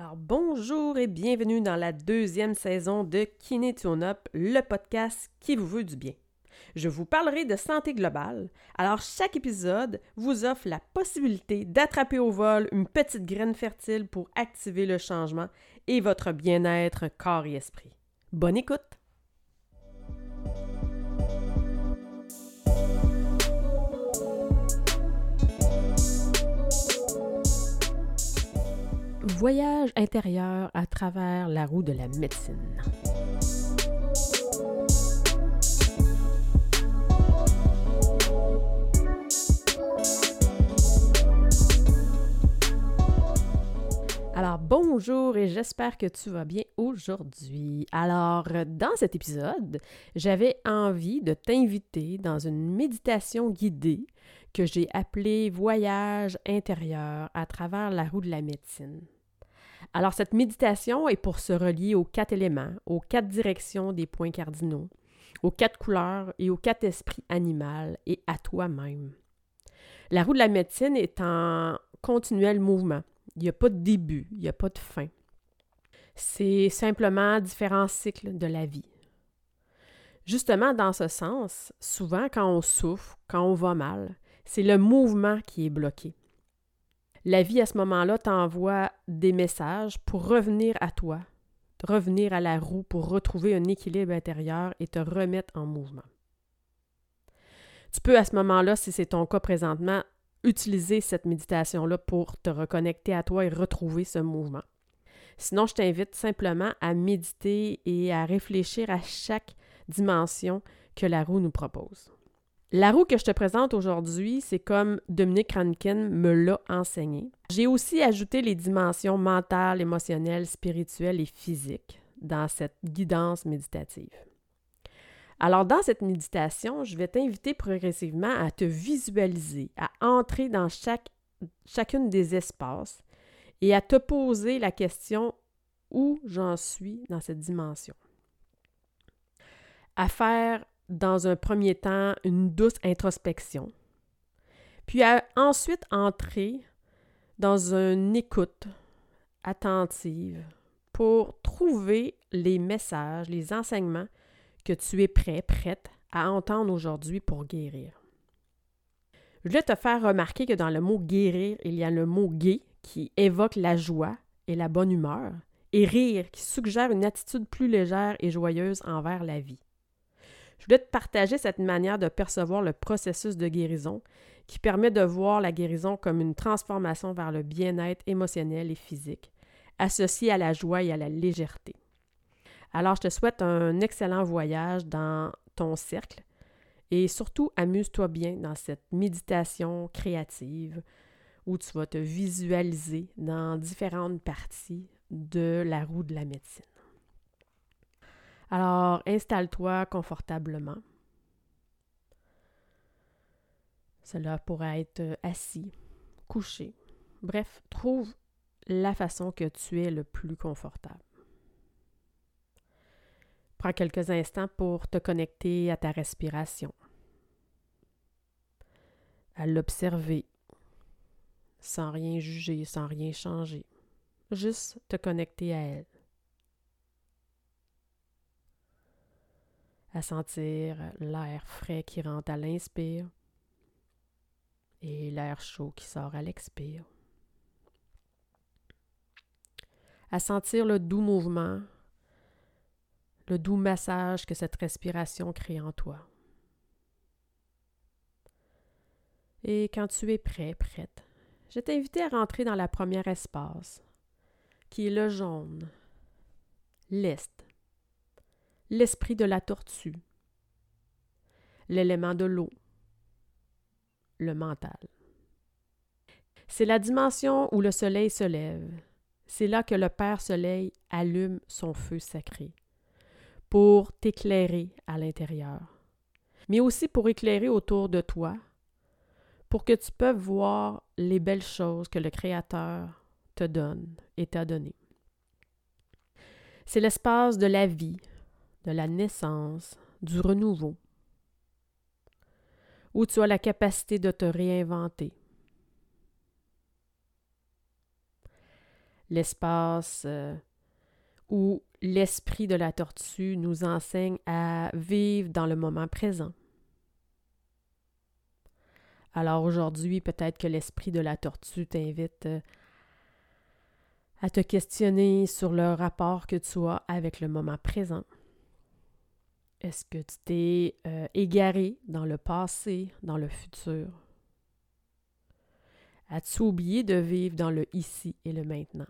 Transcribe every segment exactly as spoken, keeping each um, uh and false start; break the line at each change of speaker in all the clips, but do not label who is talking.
Alors bonjour et bienvenue dans la deuxième saison de Kiné Tune Up, le podcast qui vous veut du bien. Je vous parlerai de santé globale, alors chaque épisode vous offre la possibilité d'attraper au vol une petite graine fertile pour activer le changement et votre bien-être corps et esprit. Bonne écoute! Voyage intérieur à travers la roue de la médecine. Alors bonjour et j'espère que tu vas bien aujourd'hui. Alors dans cet épisode, j'avais envie de t'inviter dans une méditation guidée que j'ai appelée Voyage intérieur à travers la roue de la médecine. Alors, cette méditation est pour se relier aux quatre éléments, aux quatre directions des points cardinaux, aux quatre couleurs et aux quatre esprits animaux et à toi-même. La roue de la médecine est en continuel mouvement. Il n'y a pas de début, il n'y a pas de fin. C'est simplement différents cycles de la vie. Justement, dans ce sens, souvent quand on souffre, quand on va mal, c'est le mouvement qui est bloqué. La vie, à ce moment-là, t'envoie des messages pour revenir à toi, revenir à la roue pour retrouver un équilibre intérieur et te remettre en mouvement. Tu peux, à ce moment-là, si c'est ton cas présentement, utiliser cette méditation-là pour te reconnecter à toi et retrouver ce mouvement. Sinon, je t'invite simplement à méditer et à réfléchir à chaque dimension que la roue nous propose. La roue que je te présente aujourd'hui, c'est comme Dominique Rankin me l'a enseigné. J'ai aussi ajouté les dimensions mentales, émotionnelles, spirituelles et physiques dans cette guidance méditative. Alors, dans cette méditation, je vais t'inviter progressivement à te visualiser, à entrer dans chaque, chacune des espaces et à te poser la question « Où j'en suis dans cette dimension? » À faire dans un premier temps, une douce introspection, puis à ensuite entrer dans une écoute attentive pour trouver les messages, les enseignements que tu es prêt, prête à entendre aujourd'hui pour guérir. Je voulais te faire remarquer que dans le mot « guérir », il y a le mot « gai » qui évoque la joie et la bonne humeur, et « rire » qui suggère une attitude plus légère et joyeuse envers la vie. Je voulais te partager cette manière de percevoir le processus de guérison qui permet de voir la guérison comme une transformation vers le bien-être émotionnel et physique, associé à la joie et à la légèreté. Alors, je te souhaite un excellent voyage dans ton cercle et surtout, amuse-toi bien dans cette méditation créative où tu vas te visualiser dans différentes parties de la roue de la médecine. Alors, installe-toi confortablement. Cela pourrait être assis, couché. Bref, trouve la façon que tu es le plus confortable. Prends quelques instants pour te connecter à ta respiration, à l'observer, sans rien juger, sans rien changer. Juste te connecter à elle. À sentir l'air frais qui rentre à l'inspire et l'air chaud qui sort à l'expire. À sentir le doux mouvement, le doux massage que cette respiration crée en toi. Et quand tu es prêt, prête, je vais t'inviter à rentrer dans la première espace, qui est le jaune, l'est, l'esprit de la tortue, l'élément de l'eau, le mental. C'est la dimension où le soleil se lève. C'est là que le Père Soleil allume son feu sacré pour t'éclairer à l'intérieur, mais aussi pour éclairer autour de toi, pour que tu puisses voir les belles choses que le Créateur te donne et t'a données. C'est l'espace de la vie, de la naissance, du renouveau, où tu as la capacité de te réinventer. l'espace euh, où l'esprit de la tortue nous enseigne à vivre dans le moment présent. Alors aujourd'hui, peut-être que l'esprit de la tortue t'invite euh, à te questionner sur le rapport que tu as avec le moment présent. Est-ce que tu t'es euh, égaré dans le passé, dans le futur? As-tu oublié de vivre dans le ici et le maintenant?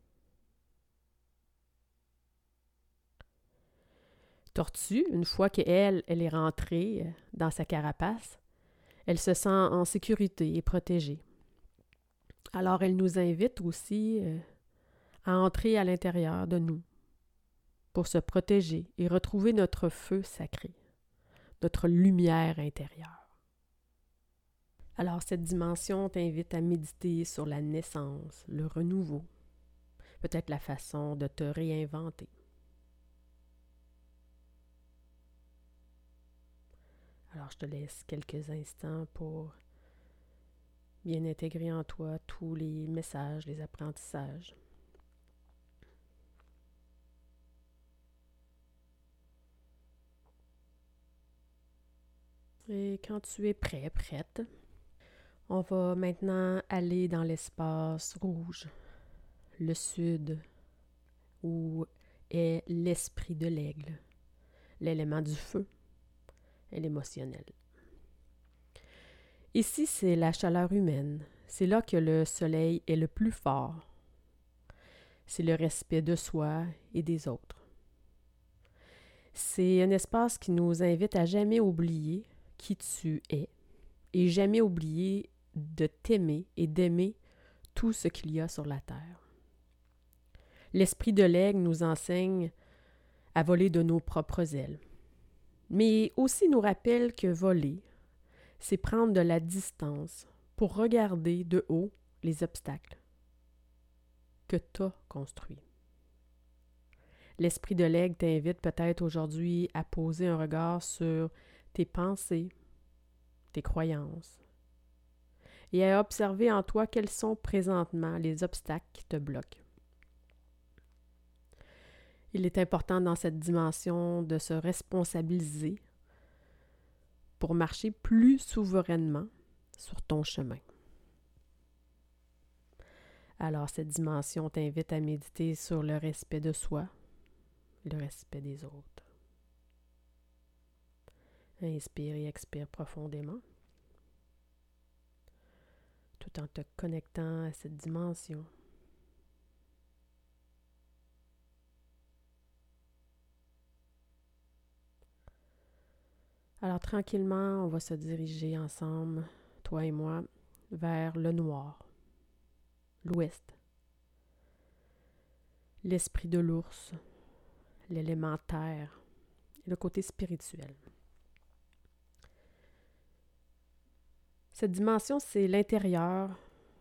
Tortue, une fois qu'elle, elle est rentrée dans sa carapace, elle se sent en sécurité et protégée. Alors elle nous invite aussi euh, à entrer à l'intérieur de nous pour se protéger et retrouver notre feu sacré, notre lumière intérieure. Alors cette dimension t'invite à méditer sur la naissance, le renouveau, peut-être la façon de te réinventer. Alors je te laisse quelques instants pour bien intégrer en toi tous les messages, les apprentissages. Et quand tu es prêt, prête, on va maintenant aller dans l'espace rouge, le sud, où est l'esprit de l'aigle, l'élément du feu et l'émotionnel. Ici, c'est la chaleur humaine. C'est là que le soleil est le plus fort. C'est le respect de soi et des autres. C'est un espace qui nous invite à jamais oublier qui tu es et jamais oublier de t'aimer et d'aimer tout ce qu'il y a sur la terre. L'esprit de l'aigle nous enseigne à voler de nos propres ailes, mais aussi nous rappelle que voler, c'est prendre de la distance pour regarder de haut les obstacles que tu as construits. L'esprit de l'aigle t'invite peut-être aujourd'hui à poser un regard sur tes pensées, tes croyances, et à observer en toi quels sont présentement les obstacles qui te bloquent. Il est important dans cette dimension de se responsabiliser pour marcher plus souverainement sur ton chemin. Alors, cette dimension t'invite à méditer sur le respect de soi, le respect des autres. Inspire et expire profondément, tout en te connectant à cette dimension. Alors, tranquillement, on va se diriger ensemble, toi et moi, vers le noir, l'ouest, l'esprit de l'ours, l'élément terre et le côté spirituel. Cette dimension, c'est l'intérieur,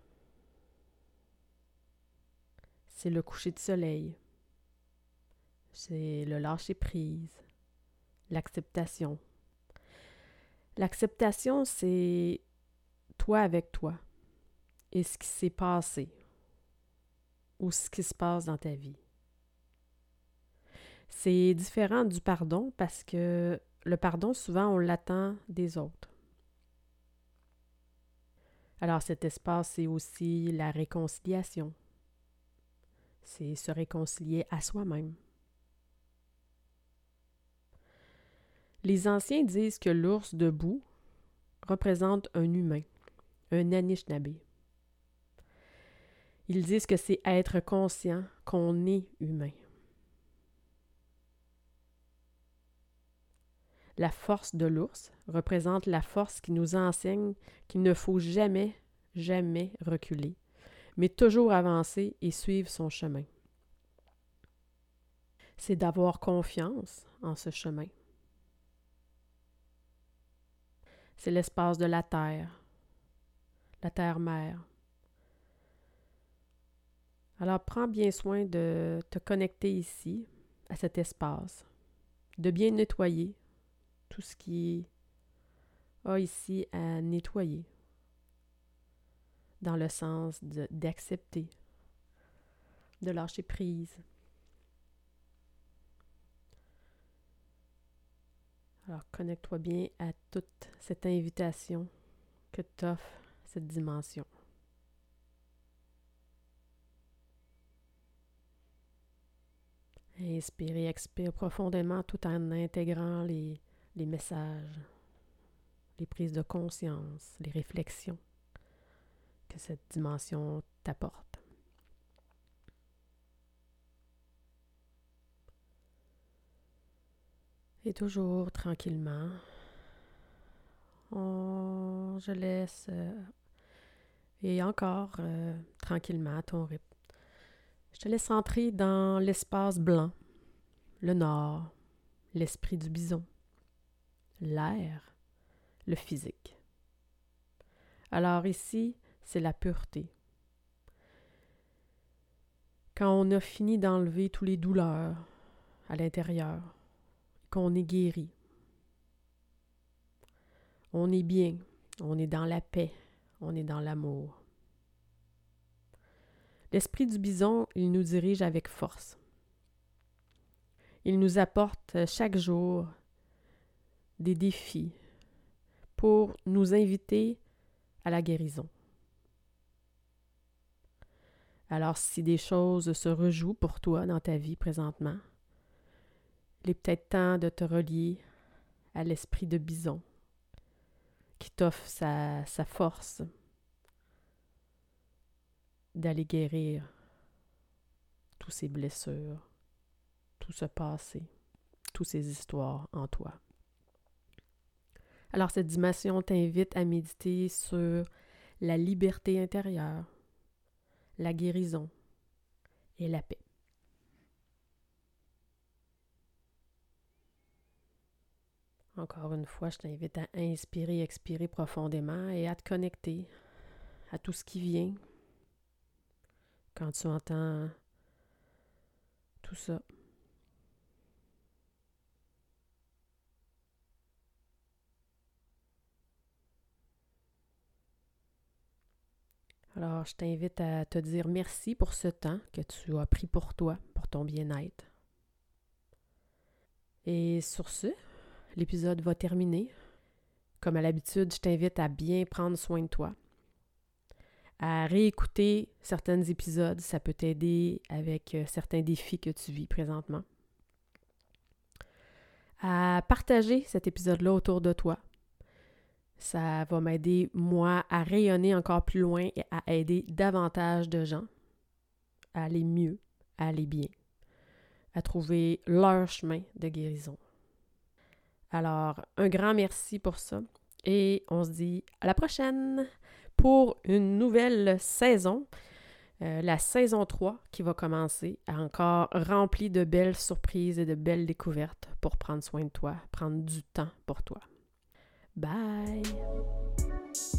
c'est le coucher de soleil, c'est le lâcher-prise, l'acceptation. L'acceptation, c'est toi avec toi et ce qui s'est passé ou ce qui se passe dans ta vie. C'est différent du pardon parce que le pardon, souvent, on l'attend des autres. Alors cet espace, c'est aussi la réconciliation. C'est se réconcilier à soi-même. Les anciens disent que l'ours debout représente un humain, un Anishinaabe. Ils disent que c'est être conscient qu'on est humain. La force de l'ours représente la force qui nous enseigne qu'il ne faut jamais, jamais reculer, mais toujours avancer et suivre son chemin. C'est d'avoir confiance en ce chemin. C'est l'espace de la terre, la terre-mère. Alors prends bien soin de te connecter ici, à cet espace, de bien nettoyer tout ce qui a ici à nettoyer, dans le sens de, d'accepter de lâcher prise. Alors, connecte-toi bien à toute cette invitation que t'offre cette dimension. Inspire et expire profondément tout en intégrant les, les messages, les prises de conscience, les réflexions que cette dimension t'apporte. Et toujours tranquillement, on, je laisse, euh, et encore euh, tranquillement à ton rythme. Je te laisse entrer dans l'espace blanc, le nord, l'esprit du bison, l'air, le physique. Alors ici, c'est la pureté. Quand on a fini d'enlever toutes les douleurs à l'intérieur, qu'on est guéri, on est bien, on est dans la paix, on est dans l'amour. L'esprit du bison, il nous dirige avec force. Il nous apporte chaque jour des défis pour nous inviter à la guérison. Alors, si des choses se rejouent pour toi dans ta vie présentement, il est peut-être temps de te relier à l'esprit de bison qui t'offre sa, sa force d'aller guérir toutes ces blessures, tout ce passé, toutes ces histoires en toi. Alors, cette dimension t'invite à méditer sur la liberté intérieure, la guérison et la paix. Encore une fois, je t'invite à inspirer, expirer profondément et à te connecter à tout ce qui vient quand tu entends tout ça. Alors, je t'invite à te dire merci pour ce temps que tu as pris pour toi, pour ton bien-être. Et sur ce, l'épisode va terminer. Comme à l'habitude, je t'invite à bien prendre soin de toi, à réécouter certains épisodes, ça peut t'aider avec certains défis que tu vis présentement, à partager cet épisode-là autour de toi. Ça va m'aider, moi, à rayonner encore plus loin et à aider davantage de gens à aller mieux, à aller bien, à trouver leur chemin de guérison. Alors, un grand merci pour ça et on se dit à la prochaine pour une nouvelle saison, euh, la saison trois qui va commencer, encore remplie de belles surprises et de belles découvertes pour prendre soin de toi, prendre du temps pour toi. Bye!